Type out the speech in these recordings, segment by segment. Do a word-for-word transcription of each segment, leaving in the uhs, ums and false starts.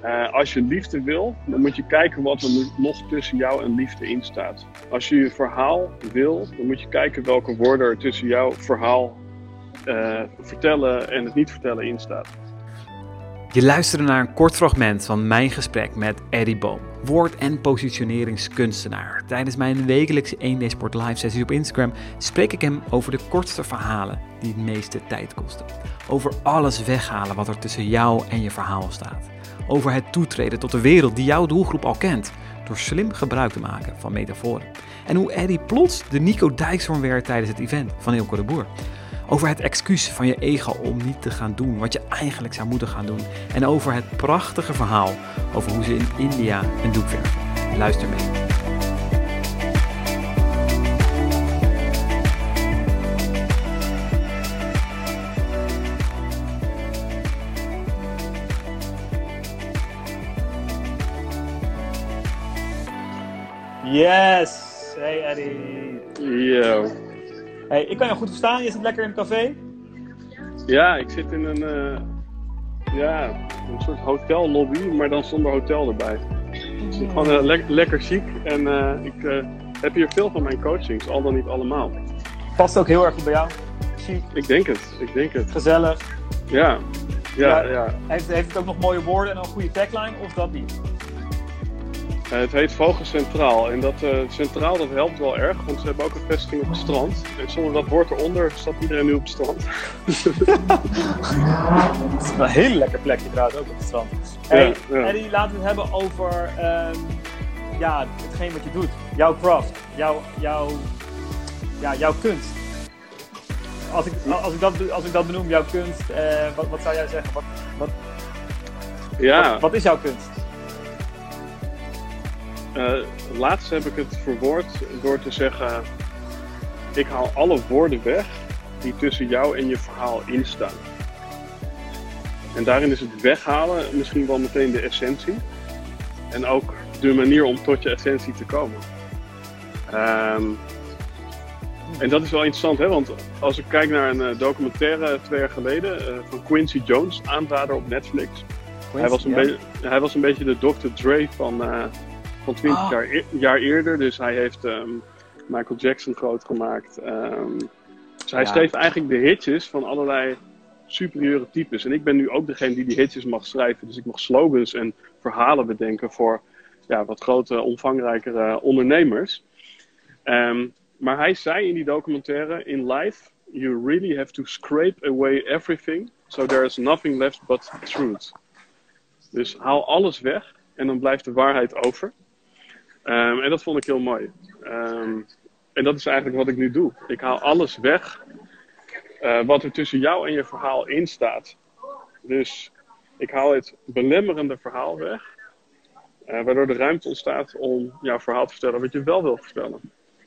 Uh, als je liefde wil, dan moet je kijken wat er nog tussen jou en liefde in staat. Als je je verhaal wil, dan moet je kijken welke woorden er tussen jouw verhaal uh, vertellen en het niet vertellen in staat. Je luisterde naar een kort fragment van mijn gesprek met Eddie Boom, woord- en positioneringskunstenaar. Tijdens mijn wekelijkse één day sport live sessies op Instagram spreek ik hem over de kortste verhalen die het meeste tijd kosten. Over alles weghalen wat er tussen jou en je verhaal staat. Over het toetreden tot de wereld die jouw doelgroep al kent, door slim gebruik te maken van metaforen. En hoe Eddie plots de Nico Dijkshoorn werd tijdens het event van Eelco de Boer. Over het excuus van je ego om niet te gaan doen wat je eigenlijk zou moeten gaan doen. En over het prachtige verhaal over hoe ze in India een doek verven. Luister mee. Yes! Hey Eddie. Yo. Hey, ik kan je goed verstaan. Je zit lekker in een café? Ja, ik zit in een, uh, ja, een soort hotellobby, maar dan zonder hotel erbij. Het is gewoon uh, le- lekker chic en uh, ik uh, heb hier veel van mijn coachings, al dan niet allemaal. Past ook heel erg goed bij jou. Chic. Ik denk het, ik denk het. Gezellig. Ja, ja, ja. ja. Heeft, heeft het ook nog mooie woorden en een goede tagline of dat niet? Uh, het heet Vogel Centraal en dat uh, centraal dat helpt wel erg, want ze hebben ook een vestiging op het strand. En zonder dat woord eronder staat iedereen nu op het strand. Het is een heel lekker plekje trouwens ook op het strand. Hey, ja, ja. Eddie, laten we het hebben over um, ja, hetgeen wat je doet. Jouw craft, jouw, jouw, ja, jouw kunst. Als ik, als, ik dat, als ik dat benoem, jouw kunst, uh, wat, wat zou jij zeggen? Wat, wat, ja. wat, wat is jouw kunst? Uh, laatst heb ik het verwoord door te zeggen, ik haal alle woorden weg die tussen jou en je verhaal instaan. En daarin is het weghalen misschien wel meteen de essentie. En ook de manier om tot je essentie te komen. Um, en dat is wel interessant, hè? Want als ik kijk naar een uh, documentaire twee jaar geleden uh, van Quincy Jones, aanrader op Netflix. Quincy, hij, was een ja. be- hij was een beetje de dokter Dre van... Uh, Van twintig oh. jaar, e- jaar eerder, dus hij heeft um, Michael Jackson groot gemaakt. Um, dus hij ja. schreef eigenlijk de hitjes van allerlei superieure types. En ik ben nu ook degene die die hitjes mag schrijven. Dus ik mag slogans en verhalen bedenken voor ja, wat grote, omvangrijkere ondernemers. Um, maar hij zei in die documentaire, in life, you really have to scrape away everything, so there is nothing left but truth. Dus haal alles weg en dan blijft de waarheid over. Um, en dat vond ik heel mooi. Um, en dat is eigenlijk wat ik nu doe. Ik haal alles weg uh, wat er tussen jou en je verhaal in staat. Dus ik haal het belemmerende verhaal weg. Uh, waardoor de ruimte ontstaat om jouw verhaal te vertellen wat je wel wil vertellen.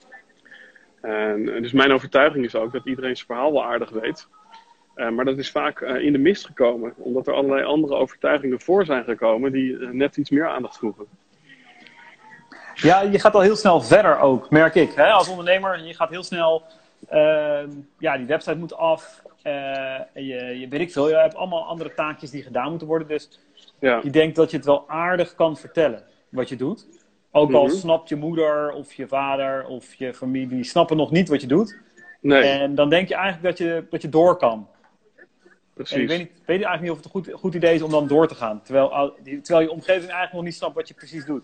En, en dus mijn overtuiging is ook dat iedereen zijn verhaal wel aardig weet. Uh, maar dat is vaak uh, in de mist gekomen. Omdat er allerlei andere overtuigingen voor zijn gekomen die uh, net iets meer aandacht vroegen. Ja, je gaat al heel snel verder ook, merk ik. Hè? Als ondernemer, je gaat heel snel... Uh, ja, die website moet af. Uh, je, je weet ik veel, je hebt allemaal andere taakjes die gedaan moeten worden. Dus ja. Je denkt dat je het wel aardig kan vertellen wat je doet. Ook al mm-hmm. snapt je moeder of je vader of je familie snappen nog niet wat je doet. Nee. En dan denk je eigenlijk dat je, dat je door kan. Precies. En ik weet, niet, weet eigenlijk niet of het een goed, goed idee is om dan door te gaan. Terwijl, terwijl je omgeving eigenlijk nog niet snapt wat je precies doet.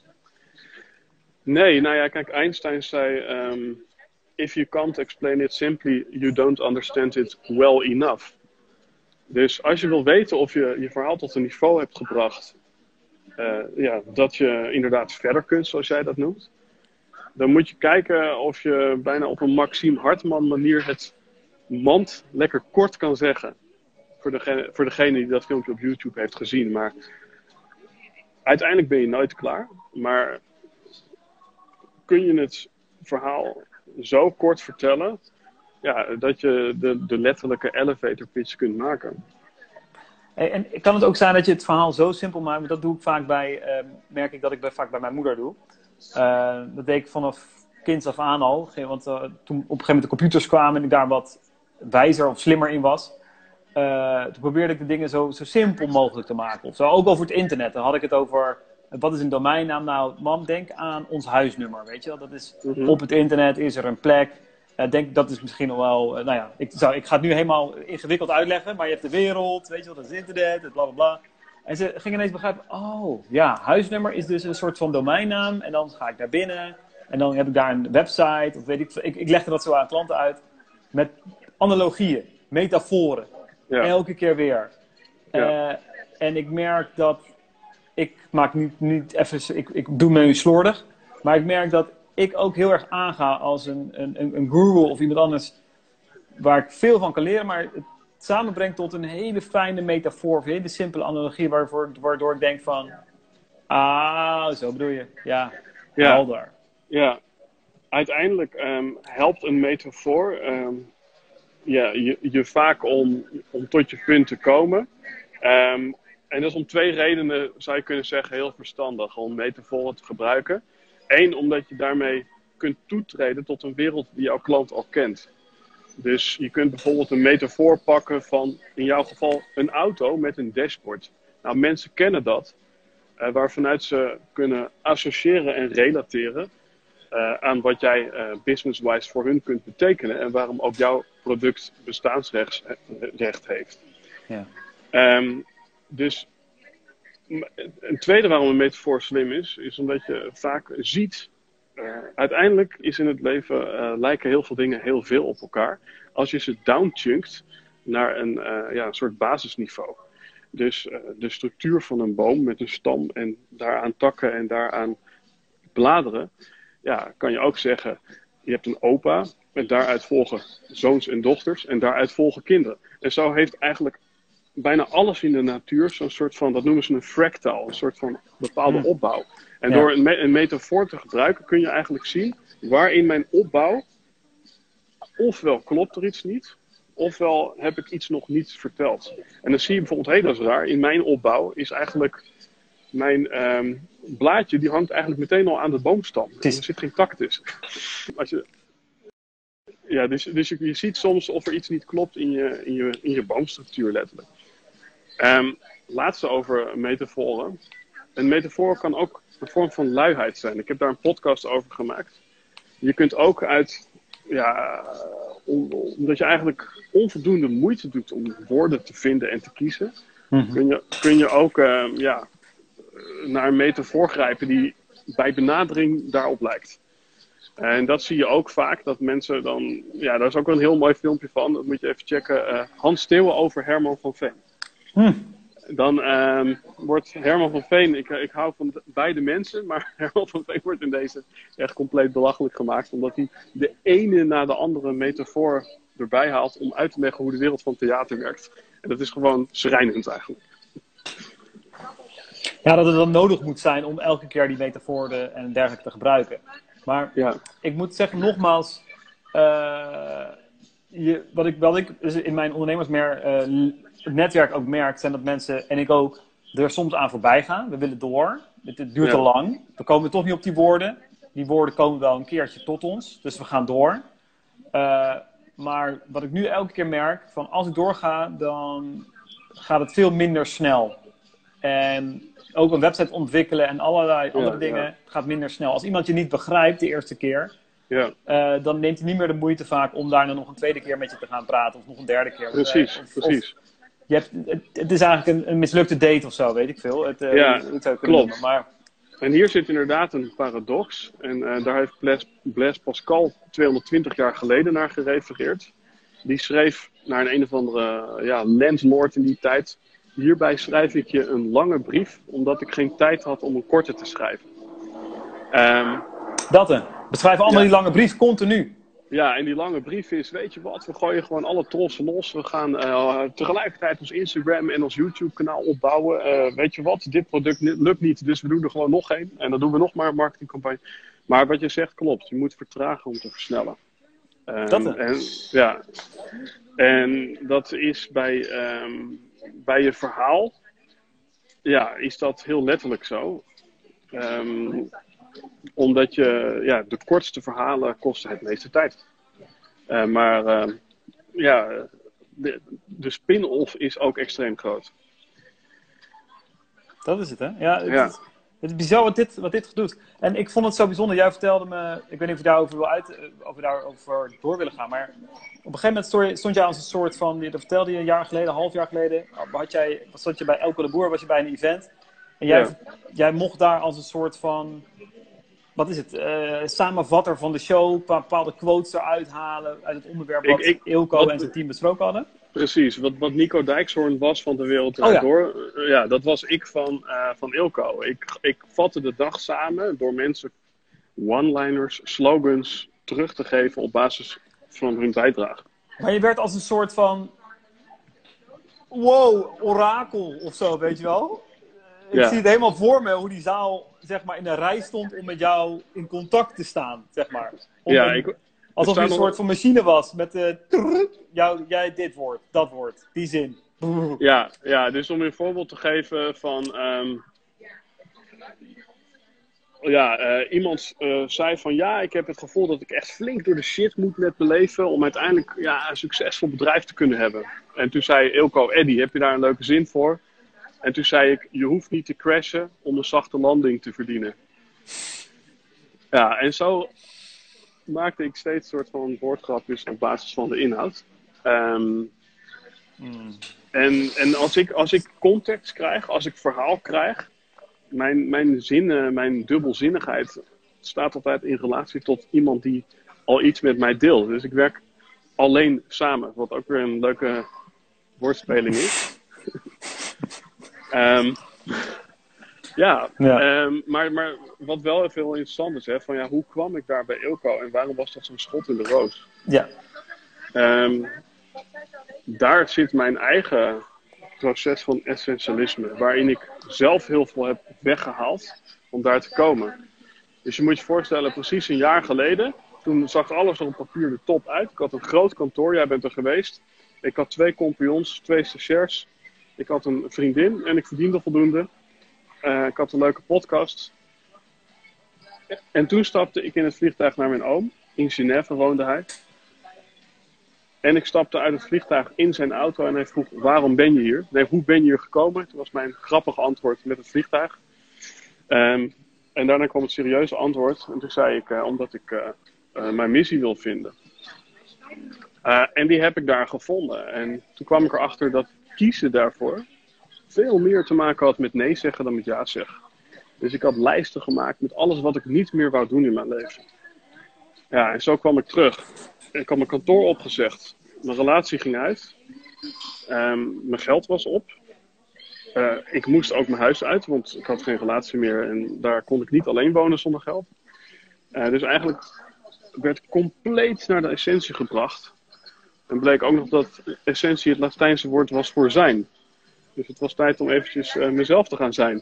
Nee, nou ja, kijk, Einstein zei... Um, if you can't explain it simply, you don't understand it well enough. Dus als je wil weten of je je verhaal tot een niveau hebt gebracht... Uh, ja, dat je inderdaad verder kunt, zoals jij dat noemt... dan moet je kijken of je bijna op een Maxime Hartman manier het mand lekker kort kan zeggen. Voor degene, voor degene die dat filmpje op YouTube heeft gezien. Maar uiteindelijk ben je nooit klaar. Maar kun je het verhaal zo kort vertellen... Ja, dat je de, de letterlijke elevator pitch kunt maken. Hey, en kan het ook zijn dat je het verhaal zo simpel maakt? Want dat doe ik vaak bij, uh, merk ik dat ik bij, vaak bij mijn moeder doe. Uh, dat deed ik vanaf kinds af aan al. Want uh, toen op een gegeven moment de computers kwamen en ik daar wat wijzer of slimmer in was. uh, toen probeerde ik de dingen zo, zo simpel mogelijk te maken. Of zo. Ook over het internet. Dan had ik het over, wat is een domeinnaam? Nou, mam, denk aan ons huisnummer, weet je wel. Dat is, mm-hmm. Op het internet is er een plek. Uh, denk, dat is misschien nog wel, uh, nou ja, ik, zou, ik ga het nu helemaal ingewikkeld uitleggen. Maar je hebt de wereld, weet je wel, dat is het internet, het bla bla bla. En ze ging ineens begrijpen, oh, ja, huisnummer is dus een soort van domeinnaam. En dan ga ik naar binnen. En dan heb ik daar een website, of weet ik, ik, ik legde dat zo aan klanten uit. Met analogieën, metaforen. Ja. Elke keer weer. Ja. Uh, en ik merk dat, ik maak niet, niet even, ik, ik doe me nu slordig. Maar ik merk dat ik ook heel erg aanga als een, een, een guru of iemand anders. Waar ik veel van kan leren, maar het samenbrengt tot een hele fijne metafoor. Of een hele simpele analogie, waarvoor, waardoor ik denk van, ah, zo bedoel je. Ja, ja. helder. Ja, uiteindelijk um, helpt een metafoor um, ja, je, je vaak om, om tot je punt te komen. Um, en dat is om twee redenen, zou je kunnen zeggen, heel verstandig om metaforen te gebruiken. Eén, omdat je daarmee kunt toetreden tot een wereld die jouw klant al kent. Dus je kunt bijvoorbeeld een metafoor pakken van, in jouw geval, een auto met een dashboard. Nou, mensen kennen dat, uh, waarvanuit ze kunnen associëren en relateren. Uh, aan wat jij uh, business-wise voor hun kunt betekenen en waarom ook jouw product bestaansrecht recht heeft. Ja. Um, dus een tweede waarom een metafoor slim is, is omdat je vaak ziet, uh, uiteindelijk is in het leven, uh, lijken heel veel dingen heel veel op elkaar. Als je ze downchunkt naar een, uh, ja, een soort basisniveau. Dus uh, de structuur van een boom met een stam en daaraan takken en daaraan bladeren. Ja, kan je ook zeggen, je hebt een opa en daaruit volgen zoons en dochters en daaruit volgen kinderen. En zo heeft eigenlijk bijna alles in de natuur zo'n soort van, dat noemen ze een fractal, een soort van bepaalde hmm. opbouw. En ja. door een, me- een metafoor te gebruiken kun je eigenlijk zien waarin mijn opbouw, ofwel klopt er iets niet, ofwel heb ik iets nog niet verteld. En dan zie je bijvoorbeeld, hé, dat is raar, in mijn opbouw is eigenlijk mijn um, blaadje, die hangt eigenlijk meteen al aan de boomstam. Er zit geen tak tussen. Als je, ja, dus dus je, je ziet soms of er iets niet klopt in je, in je, in je boomstructuur letterlijk. Um, laatste over metaforen. Een metafoor kan ook een vorm van luiheid zijn. Ik heb daar een podcast over gemaakt. Je kunt ook uit, ja, om, omdat je eigenlijk onvoldoende moeite doet om woorden te vinden en te kiezen, mm-hmm. kun, je, kun je ook, uh, ja, naar een metafoor grijpen die bij benadering daarop lijkt. En dat zie je ook vaak, dat mensen dan, ja, daar is ook wel een heel mooi filmpje van, dat moet je even checken, uh, Hans Steeuwen over Herman van Veen. Hm. Dan uh, wordt Herman van Veen, ik, ik hou van beide mensen, maar Herman van Veen wordt in deze echt compleet belachelijk gemaakt, omdat hij de ene na de andere metafoor erbij haalt om uit te leggen hoe de wereld van theater werkt. En dat is gewoon schrijnend eigenlijk. Ja, dat het dan nodig moet zijn om elke keer die metaforen en dergelijke te gebruiken. Maar ja. Ik moet zeggen, nogmaals, uh, je, wat ik, wat ik in mijn ondernemersnetwerk uh, ook merk, zijn dat mensen, en ik ook, er soms aan voorbij gaan. We willen door. Het, het duurt ja. te lang. We komen toch niet op die woorden. Die woorden komen wel een keertje tot ons. Dus we gaan door. Uh, maar wat ik nu elke keer merk, van als ik doorga, dan gaat het veel minder snel. En ook een website ontwikkelen en allerlei andere ja, dingen ja. gaat minder snel. Als iemand je niet begrijpt de eerste keer, ja. uh, dan neemt hij niet meer de moeite vaak om daar dan nog een tweede keer met je te gaan praten. Of nog een derde keer. Precies, of, precies. Of, je hebt, het, het is eigenlijk een, een mislukte date of zo, weet ik veel. Het, uh, ja, het zou klopt. Noemen, maar... En hier zit inderdaad een paradox. En uh, daar heeft Blaise, Blaise Pascal tweehonderdtwintig jaar geleden naar gerefereerd. Die schreef naar een een of andere uh, ja, landlord in die tijd. Hierbij schrijf ik je een lange brief, omdat ik geen tijd had om een korte te schrijven. Um, dat hè? We schrijven allemaal ja. die lange brief continu. Ja, en die lange brief is, weet je wat, we gooien gewoon alle trossen los. We gaan uh, tegelijkertijd ons Instagram en ons YouTube kanaal opbouwen. Uh, weet je wat, dit product lukt niet, dus we doen er gewoon nog één. En dan doen we nog maar een marketingcampagne. Maar wat je zegt klopt, je moet vertragen om te versnellen. Um, dat hè? En, ja, en dat is bij... Um, Bij je verhaal, ja, is dat heel letterlijk zo. Um, omdat je, ja, de kortste verhalen kosten het meeste tijd. Uh, maar uh, ja, de, de spin-off is ook extreem groot. Dat is het, hè? Ja, het, Ja. Is, het is bizar wat dit, wat dit doet. En ik vond het zo bijzonder. Jij vertelde me, ik weet niet of je daarover wil uit, of we daarover door willen gaan, maar op een gegeven moment stond, je, stond jij als een soort van, dat vertelde je een jaar geleden, een half jaar geleden, had jij, stond je bij Elko de Boer, was je bij een event. En jij, Ja. jij mocht daar als een soort van, wat is het, uh, samenvatter van de show, bepaalde quotes eruit halen uit het onderwerp wat Ik- ik- Elko wat- en zijn team besproken hadden. Precies, wat, wat Nico Dijkshoorn was van De Wereld Oh, Draait ja. Door, uh, ja, dat was ik van, uh, van Ilko. Ik, ik vatte de dag samen door mensen one-liners, slogans terug te geven op basis van hun bijdrage. Maar je werd als een soort van, wow, orakel of zo, weet je wel? Ik Ja. zie het helemaal voor me, hoe die zaal zeg maar, in een rij stond om met jou in contact te staan, zeg maar. Om Ja, een- ik, alsof je er een staan soort nog- van machine was, met uh, trrr, jou, jij dit woord, dat woord, die zin. Brrr. Ja, ja, dus om een voorbeeld te geven van... ehm, ja, eh, iemand eh, zei van ja, ik heb het gevoel dat ik echt flink door de shit moet met mijn leven om uiteindelijk ja, een succesvol bedrijf te kunnen hebben. En toen zei Ilko, Eddie, heb je daar een leuke zin voor? En toen zei ik, je hoeft niet te crashen om een zachte landing te verdienen. Ja, en zo maakte ik steeds een soort van woordgrapjes op basis van de inhoud. Ehm, Hmm. En, en als, ik, als ik context krijg, als ik verhaal krijg, mijn, mijn zinnen, mijn dubbelzinnigheid staat altijd in relatie tot iemand die al iets met mij deelt. Dus ik werk alleen samen, wat ook weer een leuke woordspeling is. um, ja, Ja. Um, maar, maar wat wel even heel interessant is, hè, van ja, hoe kwam ik daar bij Ilko en waarom was dat zo'n schot in de roos? Ja. Um, daar zit mijn eigen proces van essentialisme, waarin ik zelf heel veel heb weggehaald om daar te komen. Dus je moet je voorstellen, precies een jaar geleden, toen zag alles er op papier de top uit. Ik had een groot kantoor, jij bent er geweest. Ik had twee compagnons, twee stagiairs. Ik had een vriendin en ik verdiende voldoende. Uh, ik had een leuke podcast. En toen stapte ik in het vliegtuig naar mijn oom. In Genève woonde hij. En ik stapte uit het vliegtuig in zijn auto en hij vroeg, waarom ben je hier? Nee, hoe ben je hier gekomen? Toen was mijn grappige antwoord met het vliegtuig. Um, en daarna kwam het serieuze antwoord. En toen zei ik, uh, omdat ik uh, uh, mijn missie wil vinden. Uh, en die heb ik daar gevonden. En toen kwam ik erachter dat kiezen daarvoor veel meer te maken had met nee zeggen dan met ja zeggen. Dus ik had lijsten gemaakt met alles wat ik niet meer wou doen in mijn leven. Ja, en zo kwam ik terug. Ik had mijn kantoor opgezegd. Mijn relatie ging uit. Um, mijn geld was op. Uh, ik moest ook mijn huis uit, want ik had geen relatie meer. En daar kon ik niet alleen wonen zonder geld. Uh, dus eigenlijk werd ik compleet naar de essentie gebracht. En bleek ook nog dat essentie het Latijnse woord was voor zijn. Dus het was tijd om eventjes uh, mezelf te gaan zijn.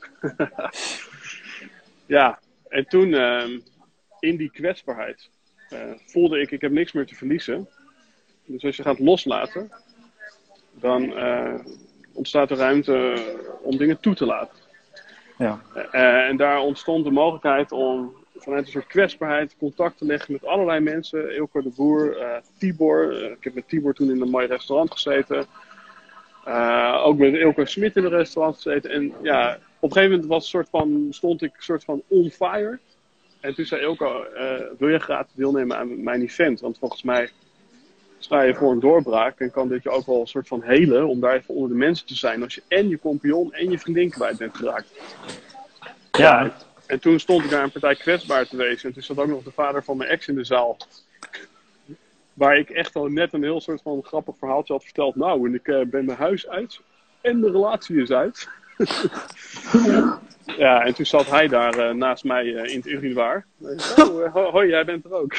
Ja, en toen uh, in die kwetsbaarheid uh, voelde ik, ik heb niks meer te verliezen. Dus als je gaat loslaten, dan uh, ontstaat er ruimte om dingen toe te laten. Ja. Uh, en daar ontstond de mogelijkheid om vanuit een soort kwetsbaarheid contact te leggen met allerlei mensen. Ilko de Boer, uh, Tibor. Uh, ik heb met Tibor toen in een mooi restaurant gezeten. Uh, ook met Ilko Smit in een restaurant gezeten. En ja, op een gegeven moment was een soort van, stond ik een soort van on fire. En toen zei Ilko, uh, wil je graag deelnemen aan mijn event? Want volgens mij sta je voor een doorbraak en kan dit je ook wel een soort van helen om daar even onder de mensen te zijn. Als je en je compagnon en je vriendin kwijt bent geraakt. Ja. Ja, en toen stond ik daar een partij kwetsbaar te wezen. En toen zat ook nog de vader van mijn ex in de zaal. Waar ik echt al net een heel soort van grappig verhaaltje had verteld. Nou, en ik uh, ben mijn huis uit. En de relatie is uit. Ja, en toen zat hij daar uh, naast mij uh, in het urinoir. Oh, uh, ho hoi, jij bent er ook.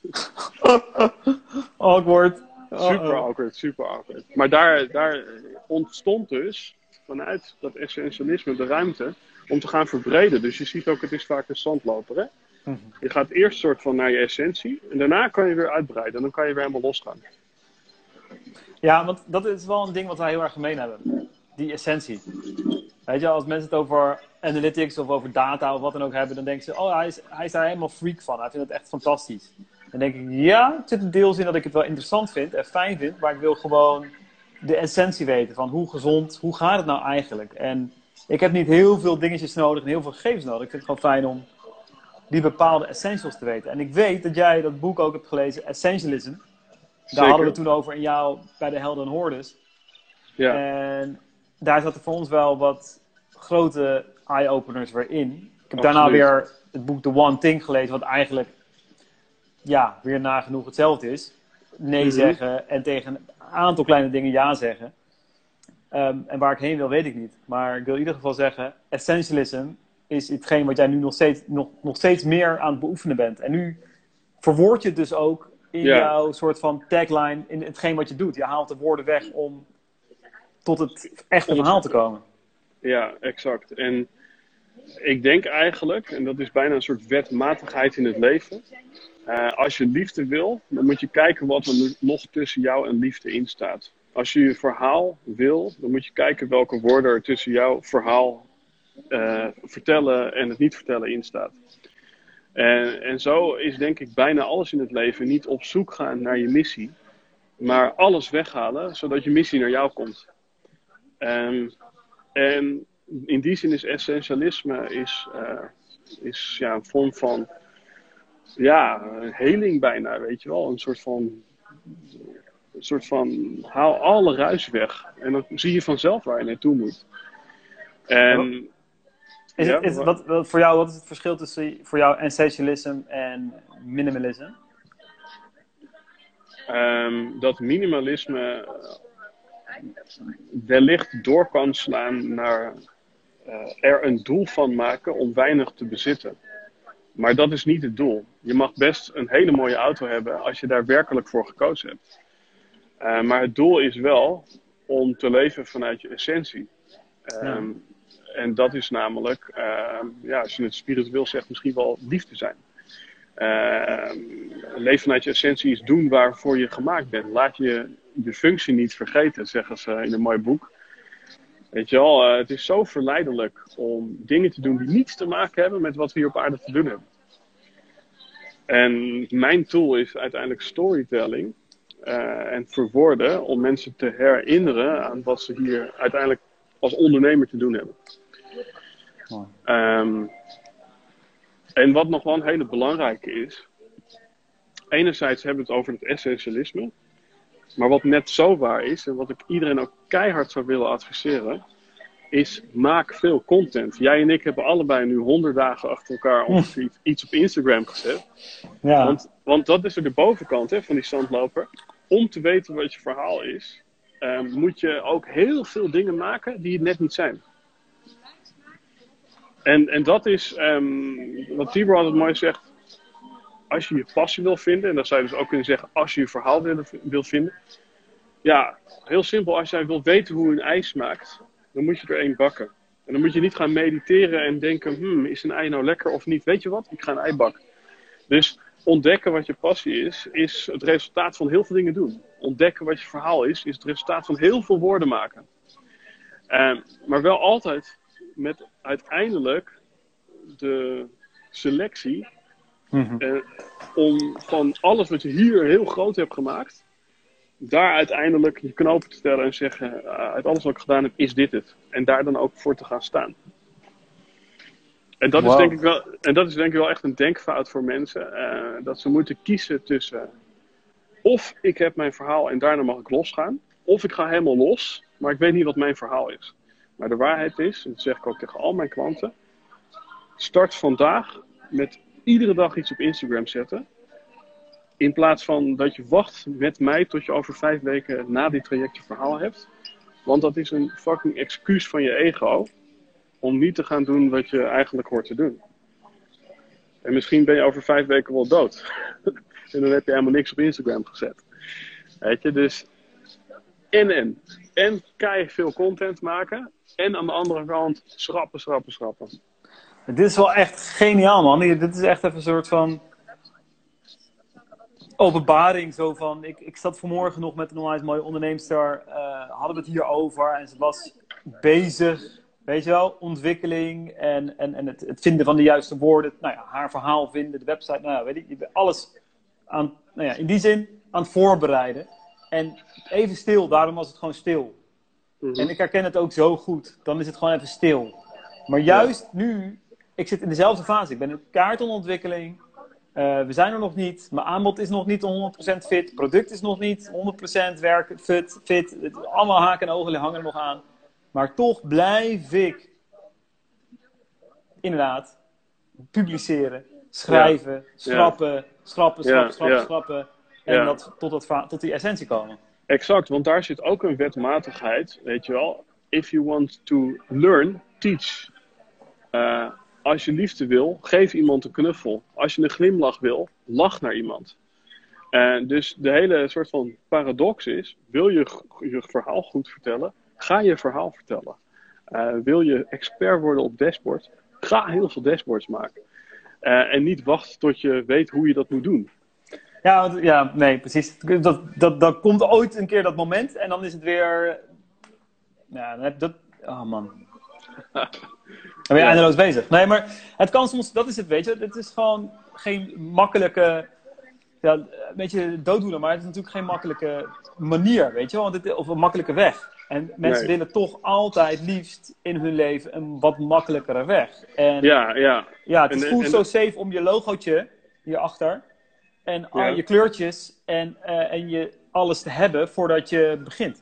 Awkward. Super awkward, super awkward. Maar daar, daar ontstond dus vanuit dat essentialisme de ruimte om te gaan verbreden. Dus je ziet ook, het is vaak een zandloper, hè? Je gaat eerst soort van naar je essentie en daarna kan je weer uitbreiden. En dan kan je weer helemaal losgaan. Ja, want dat is wel een ding wat wij heel erg gemeen hebben. Die essentie. Weet je, als mensen het over analytics of over data of wat dan ook hebben, dan denken ze, oh, hij is, hij is daar helemaal freak van. Hij vindt het echt fantastisch. Dan denk ik, ja, het zit een deels in dat ik het wel interessant vind en fijn vind, maar ik wil gewoon de essentie weten van hoe gezond, hoe gaat het nou eigenlijk? En ik heb niet heel veel dingetjes nodig en heel veel gegevens nodig. Ik vind het gewoon fijn om die bepaalde essentials te weten. En ik weet dat jij dat boek ook hebt gelezen, Essentialism. Daar Zeker. hadden we het toen over in jou bij de Helden en Hordes. Ja. En daar zaten voor ons wel wat grote eye-openers weer in. Ik heb Absoluut. daarna weer het boek The One Thing gelezen, wat eigenlijk ja, weer nagenoeg hetzelfde is. Nee Mm-hmm. zeggen en tegen een aantal kleine dingen ja zeggen. Um, en waar ik heen wil, weet ik niet. Maar ik wil in ieder geval zeggen, essentialism is hetgeen wat jij nu nog steeds, nog, nog steeds meer aan het beoefenen bent. En nu verwoord je het dus ook in Ja. jouw soort van tagline, in hetgeen wat je doet. Je haalt de woorden weg om tot het echte verhaal te komen. Ja, exact. En ik denk eigenlijk, en dat is bijna een soort wetmatigheid in het leven. Uh, als je liefde wil, dan moet je kijken wat er nu nog tussen jou en liefde in staat. Als je je verhaal wil, dan moet je kijken welke woorden er tussen jouw verhaal uh, vertellen en het niet vertellen in staat. En, en zo is denk ik bijna alles in het leven niet op zoek gaan naar je missie, maar alles weghalen zodat je missie naar jou komt. Um, en in die zin is essentialisme is, uh, is ja, een vorm van ja, een heling bijna, weet je wel. Een soort van, een soort van haal alle ruis weg. En dan zie je vanzelf waar je naartoe moet. En, is ja, het, is, wat, wat, voor jou, wat is het verschil tussen voor jou essentialism en minimalisme? Um, dat minimalisme wellicht door kan slaan naar uh, er een doel van maken om weinig te bezitten. Maar dat is niet het doel. Je mag best een hele mooie auto hebben als je daar werkelijk voor gekozen hebt. Uh, maar het doel is wel om te leven vanuit je essentie. Um, ja. En dat is namelijk, uh, ja, als je het spiritueel zegt, misschien wel liefde zijn. Uh, leven vanuit je essentie is doen waarvoor je gemaakt bent. Laat je de functie niet vergeten, zeggen ze in een mooi boek. Weet je wel, uh, het is zo verleidelijk om dingen te doen die niets te maken hebben met wat we hier op aarde te doen hebben. En mijn tool is uiteindelijk storytelling uh, en verwoorden om mensen te herinneren aan wat ze hier uiteindelijk als ondernemer te doen hebben. Um, en wat nog wel een hele belangrijke is, enerzijds hebben we het over het essentialisme, maar wat net zo waar is en wat ik iedereen ook keihard zou willen adviseren, is maak veel content. Jij en ik hebben allebei nu honderd dagen achter elkaar ongeveer iets op Instagram gezet. Ja. Want, want dat is de bovenkant hè, van die zandloper. Om te weten wat je verhaal is, um, moet je ook heel veel dingen maken die het net niet zijn. En, en dat is um, wat Tibor altijd mooi zegt. Als je je passie wil vinden, en dat zou je dus ook kunnen zeggen als je je verhaal wil, wil vinden. Ja, heel simpel. Als jij wilt weten hoe een ei smaakt, dan moet je er één bakken. En dan moet je niet gaan mediteren en denken, hmm, is een ei nou lekker of niet? Weet je wat? Ik ga een ei bakken. Dus ontdekken wat je passie is, is het resultaat van heel veel dingen doen. Ontdekken wat je verhaal is, is het resultaat van heel veel woorden maken. Uh, maar wel altijd met uiteindelijk de selectie mm-hmm. uh, om van alles wat je hier heel groot hebt gemaakt, daar uiteindelijk je knopen te stellen en zeggen, uh, uit alles wat ik gedaan heb, is dit het. En daar dan ook voor te gaan staan. En dat, wow. is, denk ik wel, en dat is denk ik wel echt een denkfout voor mensen. Uh, dat ze moeten kiezen tussen, of ik heb mijn verhaal en daarna mag ik losgaan. Of ik ga helemaal los, maar ik weet niet wat mijn verhaal is. Maar de waarheid is, en dat zeg ik ook tegen al mijn klanten, start vandaag met iedere dag iets op Instagram zetten. In plaats van dat je wacht met mij tot je over vijf weken na dit traject je verhaal hebt. Want dat is een fucking excuus van je ego om niet te gaan doen wat je eigenlijk hoort te doen. En misschien ben je over vijf weken wel dood. En dan heb je helemaal niks op Instagram gezet. Weet je, dus en en. En keihard veel content maken. En aan de andere kant schrappen, schrappen, schrappen. Dit is wel echt geniaal, man. Dit is echt even een soort van openbaring. Zo van, ik, ik zat vanmorgen nog met een onwijs mooie onderneemster. Uh, hadden we het hier over. En ze was bezig, weet je wel, ontwikkeling. En, en, en het, het vinden van de juiste woorden. Nou ja, haar verhaal vinden, de website. Nou ja, weet je, je bent alles aan, nou ja, in die zin aan het voorbereiden. En even stil, daarom was het gewoon stil. Mm-hmm. En ik herken het ook zo goed. Dan is het gewoon even stil. Maar juist ja. nu, ik zit in dezelfde fase. Ik ben in kaartontwikkeling. Uh, we zijn er nog niet. Mijn aanbod is nog niet honderd procent fit. Het product is nog niet honderd procent werk, fit, fit. Het, allemaal haken en ogen hangen er nog aan. Maar toch blijf ik inderdaad publiceren, schrijven, ja. schrappen, ja. schrappen, schrappen, ja. schrappen, ja. schrappen. En ja. dat, tot, dat, tot die essentie komen. Exact, want daar zit ook een wetmatigheid, weet je wel. If you want to learn, teach. Uh, als je liefde wil, geef iemand een knuffel. Als je een glimlach wil, lach naar iemand. Uh, dus de hele soort van paradox is, wil je je verhaal goed vertellen, ga je verhaal vertellen. Uh, wil je expert worden op dashboard, ga heel veel dashboards maken. Uh, en niet wachten tot je weet hoe je dat moet doen. Ja, ja, nee, precies. Dat, dat, dat komt ooit een keer dat moment en dan is het weer... Ja, dan heb dat... Oh man. Dan ben je ja. eindeloos bezig. Nee, maar het kan soms... Dat is het, weet je. Het is gewoon geen makkelijke... Ja, een beetje dooddoener, maar het is natuurlijk geen makkelijke manier, weet je wel. Want het, of een makkelijke weg. En mensen nee. willen toch altijd liefst in hun leven een wat makkelijkere weg. En ja, ja. Ja, het en, voelt en, zo safe om je logootje hierachter... En ja. je kleurtjes en, uh, en je alles te hebben voordat je begint.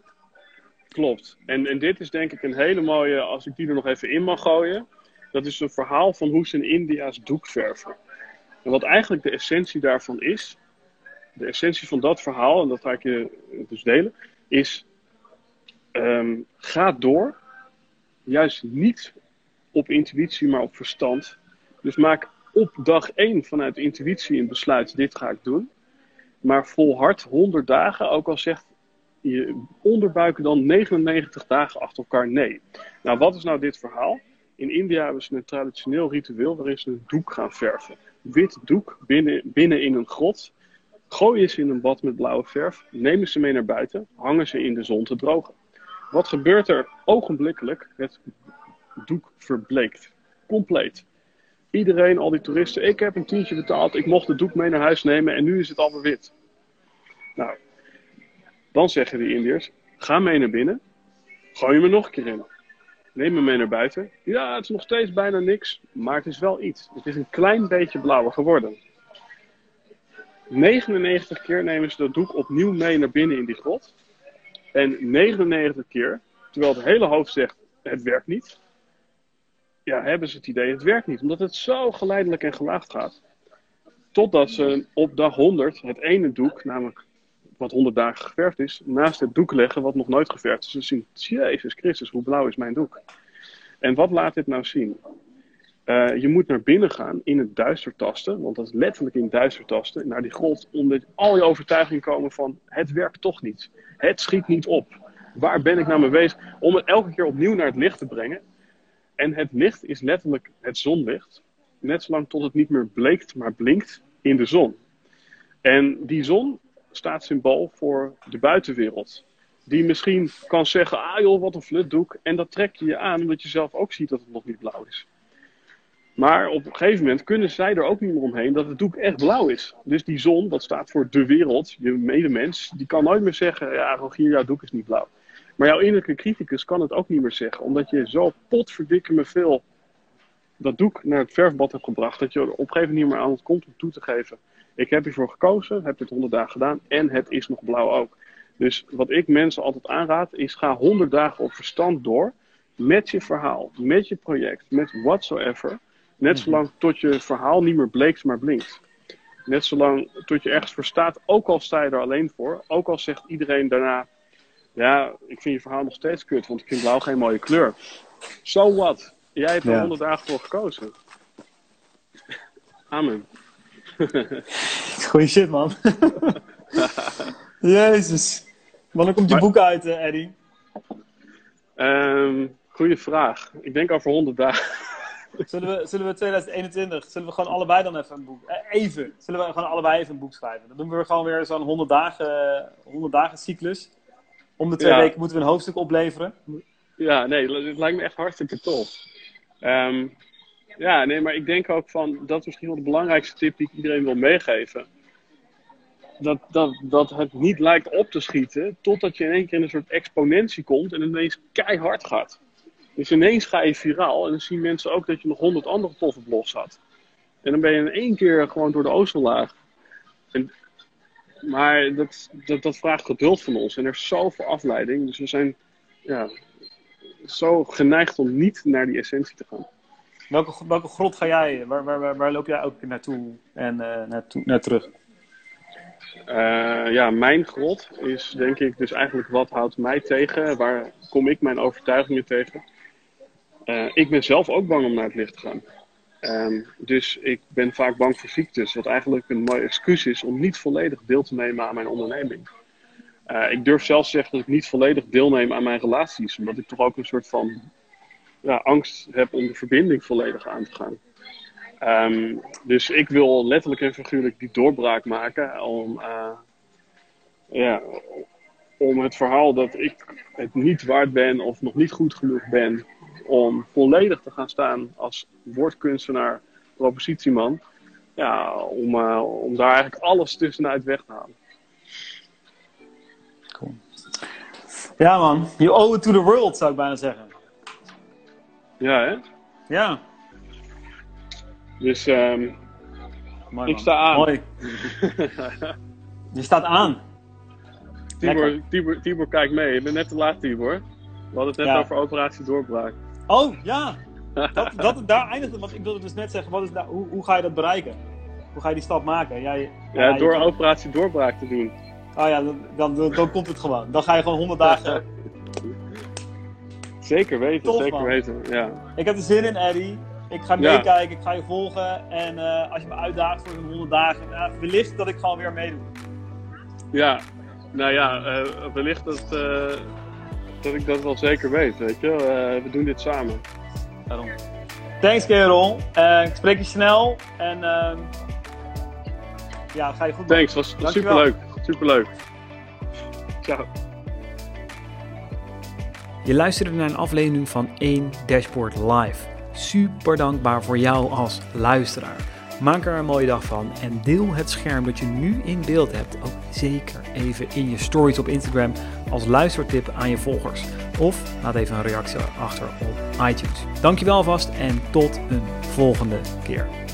Klopt. En, en dit is denk ik een hele mooie, als ik die er nog even in mag gooien. Dat is een verhaal van hoe ze in India's doek verven. En wat eigenlijk de essentie daarvan is. De essentie van dat verhaal, en dat ga ik je dus delen. Is, um, ga door. Juist niet op intuïtie, maar op verstand. Dus maak op dag één vanuit intuïtie een besluit, dit ga ik doen. Maar volhard honderd dagen, ook al zegt je onderbuik dan negenennegentig dagen achter elkaar nee. Nou, wat is nou dit verhaal? In India hebben ze een traditioneel ritueel waarin ze een doek gaan verven. Wit doek binnen, binnen in een grot. Gooien ze in een bad met blauwe verf. Nemen ze mee naar buiten. Hangen ze in de zon te drogen. Wat gebeurt er ogenblikkelijk? Het doek verbleekt. Compleet. Iedereen, al die toeristen, ik heb een tientje betaald, ik mocht het doek mee naar huis nemen en nu is het alweer wit. Nou, dan zeggen die Indiërs, ga mee naar binnen, gooi me nog een keer in. Neem me mee naar buiten. Ja, het is nog steeds bijna niks, maar het is wel iets. Het is een klein beetje blauwer geworden. negenennegentig keer nemen ze dat doek opnieuw mee naar binnen in die grot. En negenennegentig keer, terwijl het hele hoofd zegt, het werkt niet... Ja, hebben ze het idee, het werkt niet. Omdat het zo geleidelijk en gelaagd gaat. Totdat ze op dag honderd het ene doek, namelijk wat honderd dagen geverfd is, naast het doek leggen wat nog nooit geverfd is. Ze zien, Jezus Christus, hoe blauw is mijn doek? En wat laat dit nou zien? Uh, je moet naar binnen gaan, in het duister tasten, want dat is letterlijk in het duister tasten, naar die grot, omdat al je overtuiging komen van, het werkt toch niet. Het schiet niet op. Waar ben ik nou mee bezig? Om het elke keer opnieuw naar het licht te brengen. En het licht is letterlijk het zonlicht. Net zolang tot het niet meer bleekt, maar blinkt in de zon. En die zon staat symbool voor de buitenwereld. Die misschien kan zeggen, ah joh, wat een flutdoek. En dat trek je je aan, omdat je zelf ook ziet dat het nog niet blauw is. Maar op een gegeven moment kunnen zij er ook niet meer omheen dat het doek echt blauw is. Dus die zon, dat staat voor de wereld, je medemens, die kan nooit meer zeggen, ja Rogier, jouw doek is niet blauw. Maar jouw innerlijke criticus kan het ook niet meer zeggen. Omdat je zo potverdikke me veel dat doek naar het verfbad hebt gebracht. Dat je er op een gegeven moment niet meer aan het komt om toe te geven. Ik heb hiervoor gekozen, heb dit honderd dagen gedaan en het is nog blauw ook. Dus wat ik mensen altijd aanraad is ga honderd dagen op verstand door. Met je verhaal, met je project, met whatsoever. Net zolang tot je verhaal niet meer bleekt maar blinkt. Net zolang tot je ergens voor staat, ook al sta je er alleen voor. Ook al zegt iedereen daarna... Ja, ik vind je verhaal nog steeds kut, want ik vind blauw geen mooie kleur. So what? Jij hebt er ja. honderd dagen voor gekozen. Amen. Goeie shit, man. Jezus. Wanneer komt je maar, boek uit, uh, Eddie? Um, goeie vraag. Ik denk over honderd dagen. Zullen we, zullen we twintig eenentwintig, zullen we gewoon allebei dan even een boek... Even. Zullen we gewoon allebei even een boek schrijven? Dan doen we gewoon weer zo'n honderd dagen, honderd dagen cyclus. Om de twee ja. weken moeten we een hoofdstuk opleveren. Ja, nee, het lijkt me echt hartstikke tof. Um, ja, nee, maar ik denk ook van, dat is misschien wel de belangrijkste tip die ik iedereen wil meegeven. dat, dat, dat het niet lijkt op te schieten, totdat je in één keer in een soort exponentie komt en ineens keihard gaat. Dus ineens ga je viraal en dan zien mensen ook dat je nog honderd andere toffe blogs had. En dan ben je in één keer gewoon door de ozonlaag. En, maar dat, dat, dat vraagt geduld van ons. En er is zoveel afleiding. Dus we zijn ja, zo geneigd om niet naar die essentie te gaan. Welke, welke grot ga jij? Waar, waar, waar, waar loop jij elke keer naartoe en uh, naartoe, naar terug? Uh, ja, mijn grot is denk ik dus eigenlijk wat houdt mij tegen. Waar kom ik mijn overtuigingen tegen? Uh, ik ben zelf ook bang om naar het licht te gaan. Um, dus ik ben vaak bang voor ziektes. Wat eigenlijk een mooi excuus is om niet volledig deel te nemen aan mijn onderneming. Uh, ik durf zelfs te zeggen dat ik niet volledig deelneem aan mijn relaties. Omdat ik toch ook een soort van ja, angst heb om de verbinding volledig aan te gaan. Um, dus ik wil letterlijk en figuurlijk die doorbraak maken. Om, uh, ja, om het verhaal dat ik het niet waard ben of nog niet goed genoeg ben. Om volledig te gaan staan als woordkunstenaar, propositieman. Ja, om, uh, om daar eigenlijk alles tussenuit weg te halen. Cool. Ja man, you owe it to the world zou ik bijna zeggen. Ja hè? Ja. Dus um, Mooi, ik sta aan. Mooi. Je staat aan. Tibor, Tibor, Tibor kijkt mee. Je bent net te laat, Tibor. We hadden het net ja. over operatie doorbraak. Oh, ja. Dat, dat, daar eindigt het. Want ik wilde dus net zeggen, wat is nou, hoe, hoe ga je dat bereiken? Hoe ga je die stap maken? Jij, ja, ja, door kan... operatie doorbraak te doen. Oh ja, dan, dan, dan, dan komt het gewoon. Dan ga je gewoon honderd dagen... Zeker weten, Tof, zeker man. weten. Ja. Ik heb er zin in, Eddie. Ik ga Ja. meekijken, ik ga je volgen. En uh, als je me uitdaagt voor zo'n honderd dagen, uh, wellicht dat ik gewoon weer meedoe. Ja, nou ja, uh, wellicht dat, uh, dat ik dat wel zeker weet, weet je. Uh, we doen dit samen. Daarom. Thanks, kerel. Uh, ik spreek je snel. En uh, ja, ga je goed doen. Thanks, was, was Dankjewel. superleuk. Superleuk. Ciao. Je luisterde naar een aflevering van één Dashboard Live. Super dankbaar voor jou als luisteraar. Maak er een mooie dag van en deel het scherm dat je nu in beeld hebt ook zeker even in je stories op Instagram als luistertip aan je volgers. Of laat even een reactie achter op iTunes. Dankjewel alvast en tot een volgende keer.